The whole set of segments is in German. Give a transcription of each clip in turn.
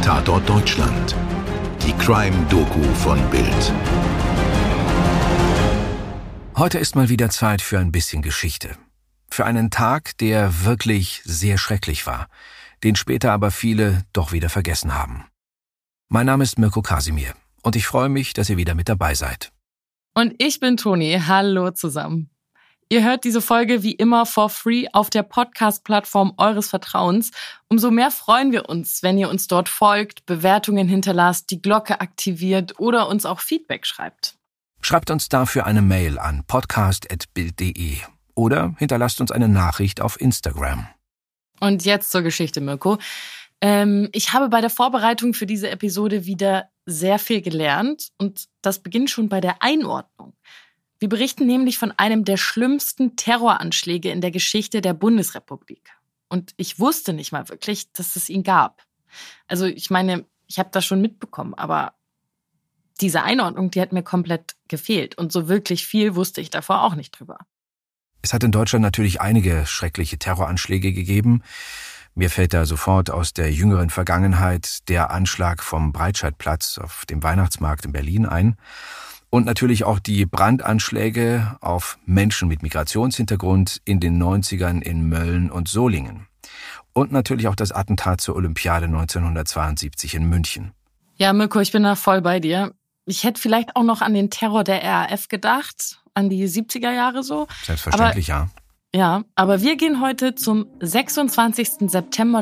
Tatort Deutschland. Die Crime-Doku von Bild. Heute ist mal wieder Zeit für ein bisschen Geschichte. Für einen Tag, der wirklich sehr schrecklich war, den später aber viele doch wieder vergessen haben. Mein Name ist Mirko Kasimir und ich freue mich, dass ihr wieder mit dabei seid. Und ich bin Toni. Hallo zusammen. Ihr hört diese Folge wie immer for free auf der Podcast-Plattform eures Vertrauens. Umso mehr freuen wir uns, wenn ihr uns dort folgt, Bewertungen hinterlasst, die Glocke aktiviert oder uns auch Feedback schreibt. Schreibt uns dafür eine Mail an podcast@bild.de oder hinterlasst uns eine Nachricht auf Instagram. Und jetzt zur Geschichte, Mirko. Ich habe bei der Vorbereitung für diese Episode wieder sehr viel gelernt und das beginnt schon bei der Einordnung. Wir berichten nämlich von einem der schlimmsten Terroranschläge in der Geschichte der Bundesrepublik. Und ich wusste nicht mal wirklich, dass es ihn gab. Also ich meine, ich habe das schon mitbekommen, aber diese Einordnung, die hat mir komplett gefehlt. Und so wirklich viel wusste ich davor auch nicht drüber. Es hat in Deutschland natürlich einige schreckliche Terroranschläge gegeben. Mir fällt da sofort aus der jüngeren Vergangenheit der Anschlag vom Breitscheidplatz auf dem Weihnachtsmarkt in Berlin ein. Und natürlich auch die Brandanschläge auf Menschen mit Migrationshintergrund in den 90ern in Mölln und Solingen. Und natürlich auch das Attentat zur Olympiade 1972 in München. Ja, Mirko, ich bin da voll bei dir. Ich hätte vielleicht auch noch an den Terror der RAF gedacht, an die 70er Jahre so. Selbstverständlich, ja. Ja, aber wir gehen heute zum 26. September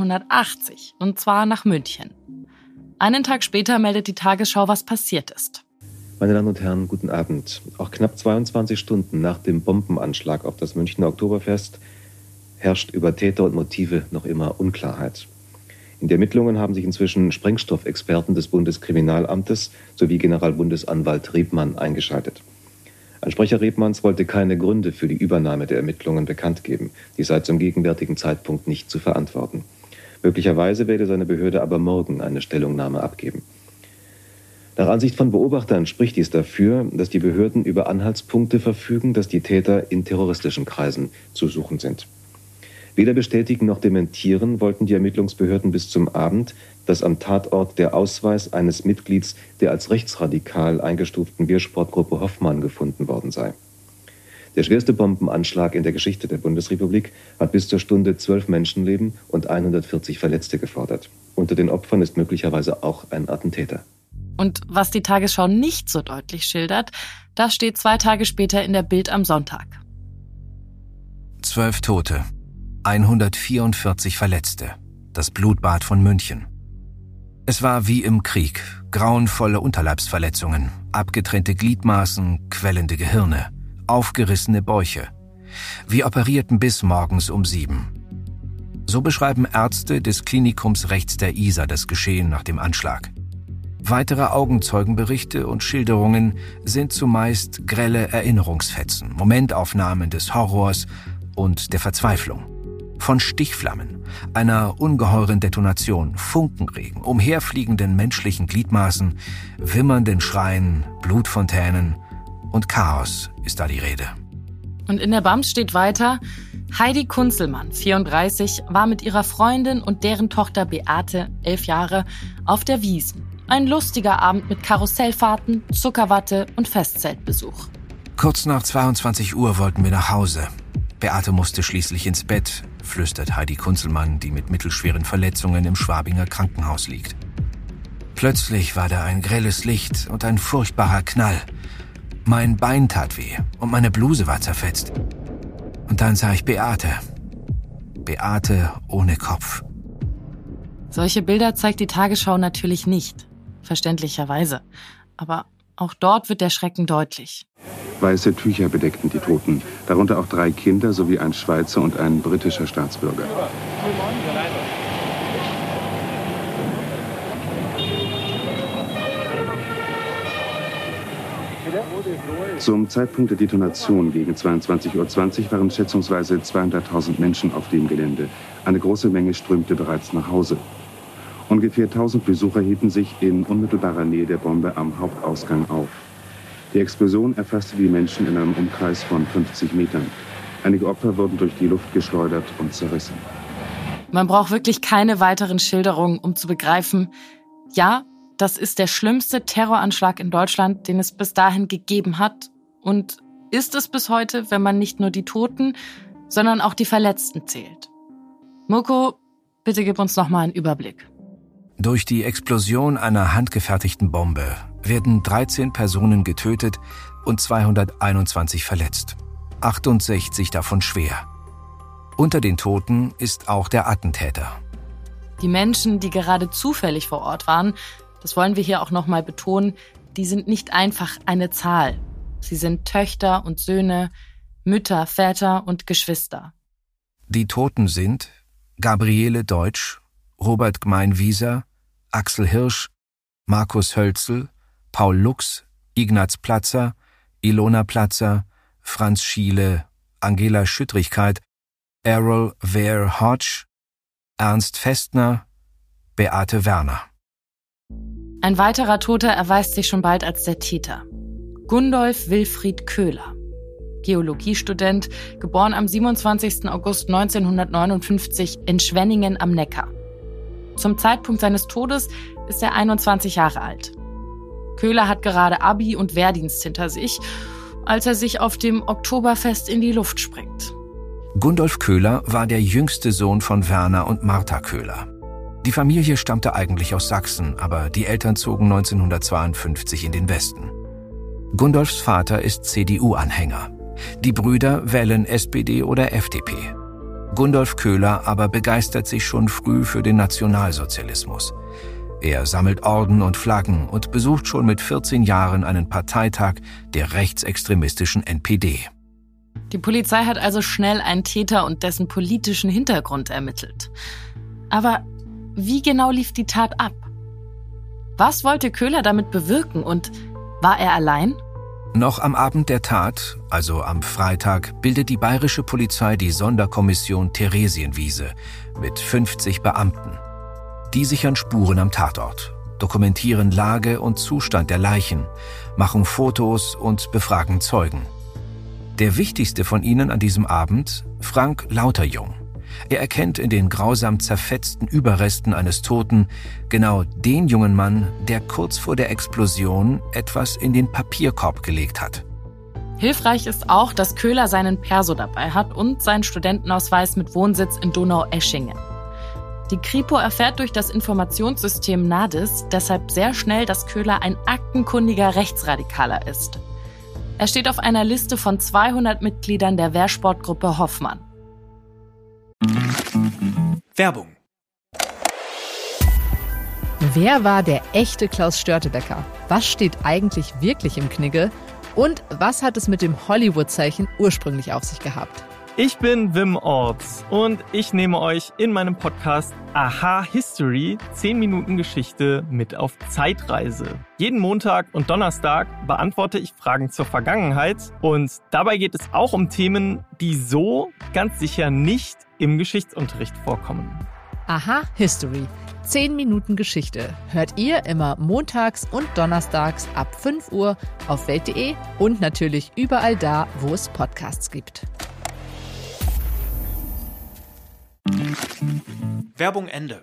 1980, und zwar nach München. Einen Tag später meldet die Tagesschau, was passiert ist. Meine Damen und Herren, guten Abend. Auch knapp 22 Stunden nach dem Bombenanschlag auf das Münchner Oktoberfest herrscht über Täter und Motive noch immer Unklarheit. In die Ermittlungen haben sich inzwischen Sprengstoffexperten des Bundeskriminalamtes sowie Generalbundesanwalt Rebmann eingeschaltet. Ein Sprecher Rebmanns wollte keine Gründe für die Übernahme der Ermittlungen bekannt geben. Die sei zum gegenwärtigen Zeitpunkt nicht zu verantworten. Möglicherweise werde seine Behörde aber morgen eine Stellungnahme abgeben. Nach Ansicht von Beobachtern spricht dies dafür, dass die Behörden über Anhaltspunkte verfügen, dass die Täter in terroristischen Kreisen zu suchen sind. Weder bestätigen noch dementieren wollten die Ermittlungsbehörden bis zum Abend, dass am Tatort der Ausweis eines Mitglieds der als rechtsradikal eingestuften Wehrsportgruppe Hoffmann gefunden worden sei. Der schwerste Bombenanschlag in der Geschichte der Bundesrepublik hat bis zur Stunde 12 Menschenleben und 140 Verletzte gefordert. Unter den Opfern ist möglicherweise auch ein Attentäter. Und was die Tagesschau nicht so deutlich schildert, das steht 2 Tage später in der Bild am Sonntag. 12 Tote, 144 Verletzte. Das Blutbad von München. Es war wie im Krieg. Grauenvolle Unterleibsverletzungen, abgetrennte Gliedmaßen, quellende Gehirne, aufgerissene Bäuche. Wir operierten bis morgens um 7. So beschreiben Ärzte des Klinikums rechts der Isar das Geschehen nach dem Anschlag. Weitere Augenzeugenberichte und Schilderungen sind zumeist grelle Erinnerungsfetzen, Momentaufnahmen des Horrors und der Verzweiflung. Von Stichflammen, einer ungeheuren Detonation, Funkenregen, umherfliegenden menschlichen Gliedmaßen, wimmernden Schreien, Blutfontänen und Chaos ist da die Rede. Und in der BAMS steht weiter: Heidi Kunzelmann, 34, war mit ihrer Freundin und deren Tochter Beate, 11 Jahre, auf der Wiesn. Ein lustiger Abend mit Karussellfahrten, Zuckerwatte und Festzeltbesuch. Kurz nach 22 Uhr wollten wir nach Hause. Beate musste schließlich ins Bett, flüstert Heidi Kunzelmann, die mit mittelschweren Verletzungen im Schwabinger Krankenhaus liegt. Plötzlich war da ein grelles Licht und ein furchtbarer Knall. Mein Bein tat weh und meine Bluse war zerfetzt. Und dann sah ich Beate. Beate ohne Kopf. Solche Bilder zeigt die Tagesschau natürlich nicht. Verständlicherweise. Aber auch dort wird der Schrecken deutlich. Weiße Tücher bedeckten die Toten, darunter auch 3 Kinder sowie ein Schweizer und ein britischer Staatsbürger. Zum Zeitpunkt der Detonation gegen 22:20 Uhr waren schätzungsweise 200.000 Menschen auf dem Gelände. Eine große Menge strömte bereits nach Hause. Ungefähr 1000 Besucher hielten sich in unmittelbarer Nähe der Bombe am Hauptausgang auf. Die Explosion erfasste die Menschen in einem Umkreis von 50 Metern. Einige Opfer wurden durch die Luft geschleudert und zerrissen. Man braucht wirklich keine weiteren Schilderungen, um zu begreifen, ja, das ist der schlimmste Terroranschlag in Deutschland, den es bis dahin gegeben hat. Und ist es bis heute, wenn man nicht nur die Toten, sondern auch die Verletzten zählt. Mirko, bitte gib uns nochmal einen Überblick. Durch die Explosion einer handgefertigten Bombe werden 13 Personen getötet und 221 verletzt. 68 davon schwer. Unter den Toten ist auch der Attentäter. Die Menschen, die gerade zufällig vor Ort waren, das wollen wir hier auch nochmal betonen, die sind nicht einfach eine Zahl. Sie sind Töchter und Söhne, Mütter, Väter und Geschwister. Die Toten sind Gabriele Deutsch, Robert Gmein-Wieser, Axel Hirsch, Markus Hölzel, Paul Lux, Ignaz Platzer, Ilona Platzer, Franz Schiele, Angela Schüttrigkeit, Errol Ware Hodge, Ernst Festner, Beate Werner. Ein weiterer Toter erweist sich schon bald als der Täter. Gundolf Wilfried Köhler, Geologiestudent, geboren am 27. August 1959 in Schwenningen am Neckar. Zum Zeitpunkt seines Todes ist er 21 Jahre alt. Köhler hat gerade Abi und Wehrdienst hinter sich, als er sich auf dem Oktoberfest in die Luft springt. Gundolf Köhler war der jüngste Sohn von Werner und Martha Köhler. Die Familie stammte eigentlich aus Sachsen, aber die Eltern zogen 1952 in den Westen. Gundolfs Vater ist CDU-Anhänger. Die Brüder wählen SPD oder FDP. Gundolf Köhler aber begeistert sich schon früh für den Nationalsozialismus. Er sammelt Orden und Flaggen und besucht schon mit 14 Jahren einen Parteitag der rechtsextremistischen NPD. Die Polizei hat also schnell einen Täter und dessen politischen Hintergrund ermittelt. Aber wie genau lief die Tat ab? Was wollte Köhler damit bewirken und war er allein? Noch am Abend der Tat, also am Freitag, bildet die bayerische Polizei die Sonderkommission Theresienwiese mit 50 Beamten. Die sichern Spuren am Tatort, dokumentieren Lage und Zustand der Leichen, machen Fotos und befragen Zeugen. Der wichtigste von ihnen an diesem Abend, Frank Lauterjung. Er erkennt in den grausam zerfetzten Überresten eines Toten genau den jungen Mann, der kurz vor der Explosion etwas in den Papierkorb gelegt hat. Hilfreich ist auch, dass Köhler seinen Perso dabei hat und seinen Studentenausweis mit Wohnsitz in Donaueschingen. Die Kripo erfährt durch das Informationssystem NADIS deshalb sehr schnell, dass Köhler ein aktenkundiger Rechtsradikaler ist. Er steht auf einer Liste von 200 Mitgliedern der Wehrsportgruppe Hoffmann. Werbung. Wer war der echte Klaus Störtebeker? Was steht eigentlich wirklich im Knigge? Und was hat es mit dem Hollywood-Zeichen ursprünglich auf sich gehabt? Ich bin Wim Orts und ich nehme euch in meinem Podcast Aha History 10 Minuten Geschichte mit auf Zeitreise. Jeden Montag und Donnerstag beantworte ich Fragen zur Vergangenheit und dabei geht es auch um Themen, die so ganz sicher nicht im Geschichtsunterricht vorkommen. Aha History 10 Minuten Geschichte hört ihr immer montags und donnerstags ab 5 Uhr auf welt.de und natürlich überall da, wo es Podcasts gibt. Werbung Ende.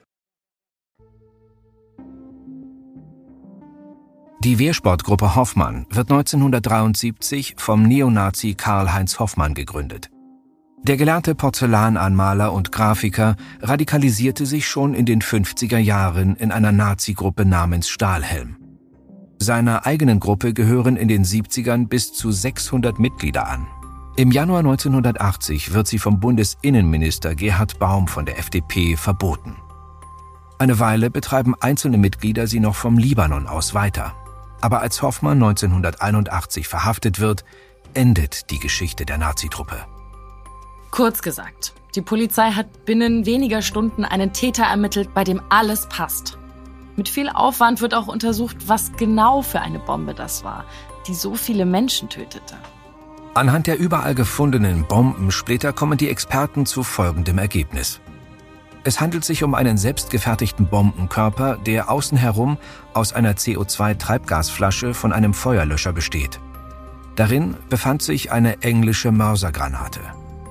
Die Wehrsportgruppe Hoffmann wird 1973 vom Neonazi Karl-Heinz Hoffmann gegründet. Der gelernte Porzellananmaler und Grafiker radikalisierte sich schon in den 50er Jahren in einer Nazi-Gruppe namens Stahlhelm. Seiner eigenen Gruppe gehören in den 70ern bis zu 600 Mitglieder an. Im Januar 1980 wird sie vom Bundesinnenminister Gerhard Baum von der FDP verboten. Eine Weile betreiben einzelne Mitglieder sie noch vom Libanon aus weiter. Aber als Hoffmann 1981 verhaftet wird, endet die Geschichte der Nazitruppe. Kurz gesagt, die Polizei hat binnen weniger Stunden einen Täter ermittelt, bei dem alles passt. Mit viel Aufwand wird auch untersucht, was genau für eine Bombe das war, die so viele Menschen tötete. Anhand der überall gefundenen Bombensplitter kommen die Experten zu folgendem Ergebnis. Es handelt sich um einen selbstgefertigten Bombenkörper, der außen herum aus einer CO2-Treibgasflasche von einem Feuerlöscher besteht. Darin befand sich eine englische Mörsergranate.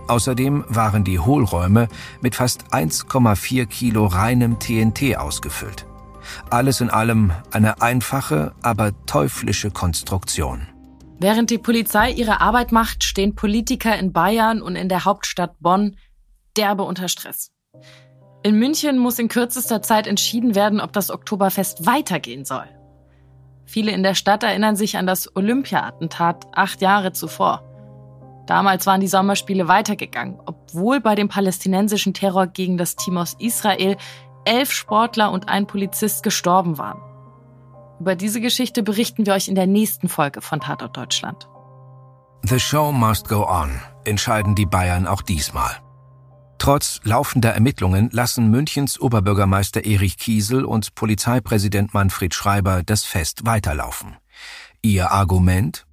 Außerdem waren die Hohlräume mit fast 1,4 Kilo reinem TNT ausgefüllt. Alles in allem eine einfache, aber teuflische Konstruktion. Während die Polizei ihre Arbeit macht, stehen Politiker in Bayern und in der Hauptstadt Bonn derbe unter Stress. In München muss in kürzester Zeit entschieden werden, ob das Oktoberfest weitergehen soll. Viele in der Stadt erinnern sich an das Olympia-Attentat 8 Jahre zuvor. Damals waren die Sommerspiele weitergegangen, obwohl bei dem palästinensischen Terror gegen das Team aus Israel 11 Sportler und ein Polizist gestorben waren. Über diese Geschichte berichten wir euch in der nächsten Folge von Tatort Deutschland. The show must go on, entscheiden die Bayern auch diesmal. Trotz laufender Ermittlungen lassen Münchens Oberbürgermeister Erich Kiesel und Polizeipräsident Manfred Schreiber das Fest weiterlaufen. Ihr Argument?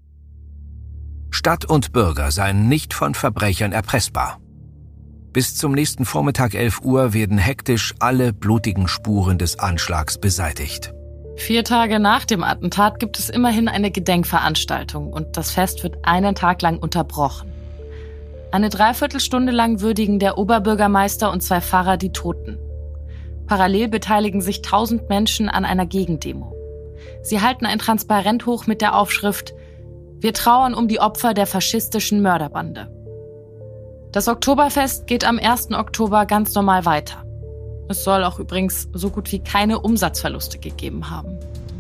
Stadt und Bürger seien nicht von Verbrechern erpressbar. Bis zum nächsten Vormittag 11 Uhr werden hektisch alle blutigen Spuren des Anschlags beseitigt. 4 Tage nach dem Attentat gibt es immerhin eine Gedenkveranstaltung und das Fest wird einen Tag lang unterbrochen. Eine Dreiviertelstunde lang würdigen der Oberbürgermeister und 2 Pfarrer die Toten. Parallel beteiligen sich 1000 Menschen an einer Gegendemo. Sie halten ein Transparent hoch mit der Aufschrift „Wir trauern um die Opfer der faschistischen Mörderbande". Das Oktoberfest geht am 1. Oktober ganz normal weiter. Es soll auch übrigens so gut wie keine Umsatzverluste gegeben haben.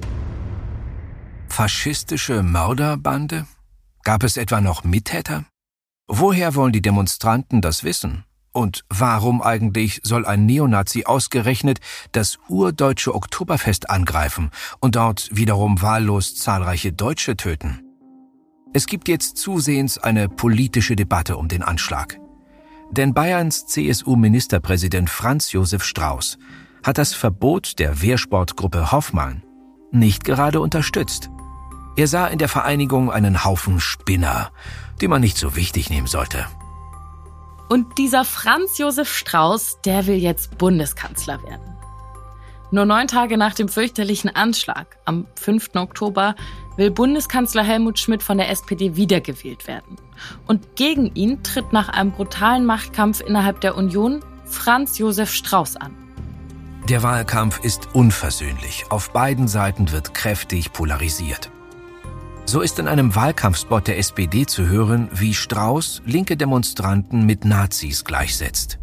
Faschistische Mörderbande? Gab es etwa noch Mittäter? Woher wollen die Demonstranten das wissen? Und warum eigentlich soll ein Neonazi ausgerechnet das urdeutsche Oktoberfest angreifen und dort wiederum wahllos zahlreiche Deutsche töten? Es gibt jetzt zusehends eine politische Debatte um den Anschlag. Denn Bayerns CSU-Ministerpräsident Franz Josef Strauß hat das Verbot der Wehrsportgruppe Hoffmann nicht gerade unterstützt. Er sah in der Vereinigung einen Haufen Spinner, die man nicht so wichtig nehmen sollte. Und dieser Franz Josef Strauß, der will jetzt Bundeskanzler werden. Nur 9 Tage nach dem fürchterlichen Anschlag, am 5. Oktober, will Bundeskanzler Helmut Schmidt von der SPD wiedergewählt werden. Und gegen ihn tritt nach einem brutalen Machtkampf innerhalb der Union Franz Josef Strauß an. Der Wahlkampf ist unversöhnlich. Auf beiden Seiten wird kräftig polarisiert. So ist in einem Wahlkampfspot der SPD zu hören, wie Strauß linke Demonstranten mit Nazis gleichsetzt.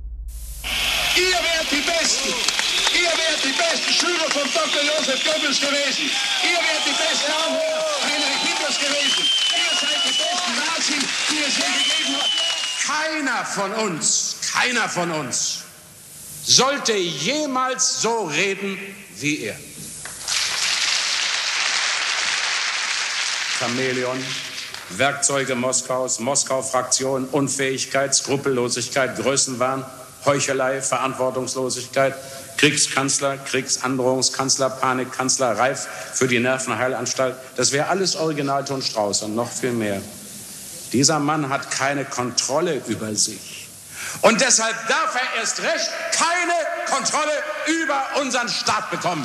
Ihr wärt die Besten! Ihr wärt die besten Schüler von Dr. Josef Goebbels gewesen! Ihr wärt die besten Anhänger Heinrich Hitlers gewesen! Ihr seid die besten Nazis, die es je gegeben hat! Keiner von uns sollte jemals so reden wie er. Chamäleon, Werkzeuge Moskaus, Moskau-Fraktion, Unfähigkeit, Skrupellosigkeit, Größenwahn, Heuchelei, Verantwortungslosigkeit, Kriegskanzler, Kriegsandrohungskanzler, Panikkanzler, reif für die Nervenheilanstalt. Das wäre alles Originalton Strauß und noch viel mehr. Dieser Mann hat keine Kontrolle über sich. Und deshalb darf er erst recht keine Kontrolle über unseren Staat bekommen.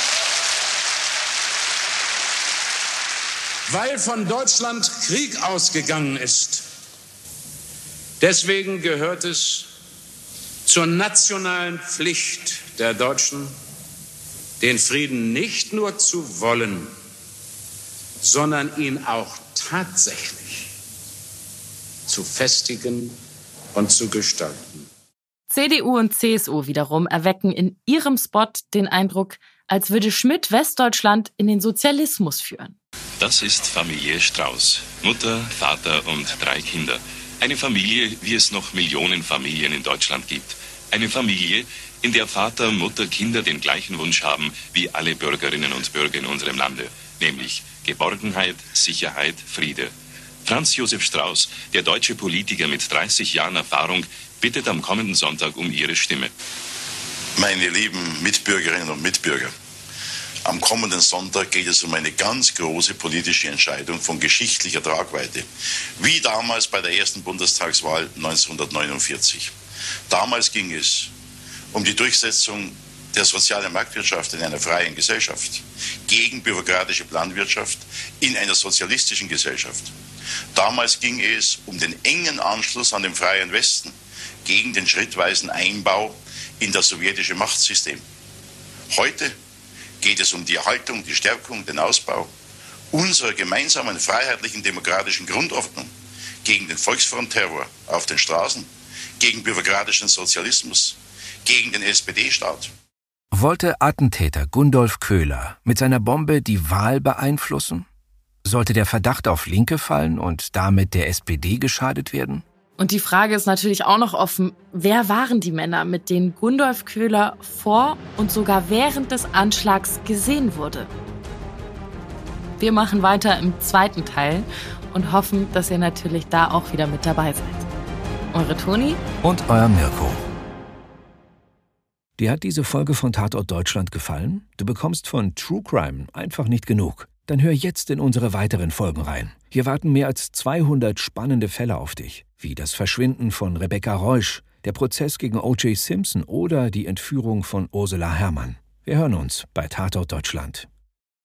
Weil von Deutschland Krieg ausgegangen ist. Deswegen gehört es zur nationalen Pflicht der Deutschen, den Frieden nicht nur zu wollen, sondern ihn auch tatsächlich zu festigen und zu gestalten. CDU und CSU wiederum erwecken in ihrem Spot den Eindruck, als würde Schmidt Westdeutschland in den Sozialismus führen. Das ist Familie Strauß. Mutter, Vater und 3 Kinder. Eine Familie, wie es noch Millionen Familien in Deutschland gibt. Eine Familie, in der Vater, Mutter, Kinder den gleichen Wunsch haben wie alle Bürgerinnen und Bürger in unserem Lande. Nämlich Geborgenheit, Sicherheit, Friede. Franz Josef Strauß, der deutsche Politiker mit 30 Jahren Erfahrung, bittet am kommenden Sonntag um Ihre Stimme. Meine lieben Mitbürgerinnen und Mitbürger, am kommenden Sonntag geht es um eine ganz große politische Entscheidung von geschichtlicher Tragweite, wie damals bei der ersten Bundestagswahl 1949. Damals ging es um die Durchsetzung der sozialen Marktwirtschaft in einer freien Gesellschaft, gegen bürokratische Planwirtschaft in einer sozialistischen Gesellschaft. Damals ging es um den engen Anschluss an den freien Westen, gegen den schrittweisen Einbau in das sowjetische Machtsystem. Heute geht es um die Erhaltung, die Stärkung, den Ausbau unserer gemeinsamen freiheitlichen demokratischen Grundordnung gegen den Volksfrontterror auf den Straßen, gegen bürokratischen Sozialismus, gegen den SPD-Staat. Wollte Attentäter Gundolf Köhler mit seiner Bombe die Wahl beeinflussen? Sollte der Verdacht auf Linke fallen und damit der SPD geschadet werden? Und die Frage ist natürlich auch noch offen, wer waren die Männer, mit denen Gundolf Köhler vor und sogar während des Anschlags gesehen wurde? Wir machen weiter im zweiten Teil und hoffen, dass ihr natürlich da auch wieder mit dabei seid. Eure Toni und euer Mirko. Dir hat diese Folge von Tatort Deutschland gefallen? Du bekommst von True Crime einfach nicht genug. Dann hör jetzt in unsere weiteren Folgen rein. Hier warten mehr als 200 spannende Fälle auf dich, wie das Verschwinden von Rebecca Reusch, der Prozess gegen O.J. Simpson oder die Entführung von Ursula Herrmann. Wir hören uns bei Tatort Deutschland.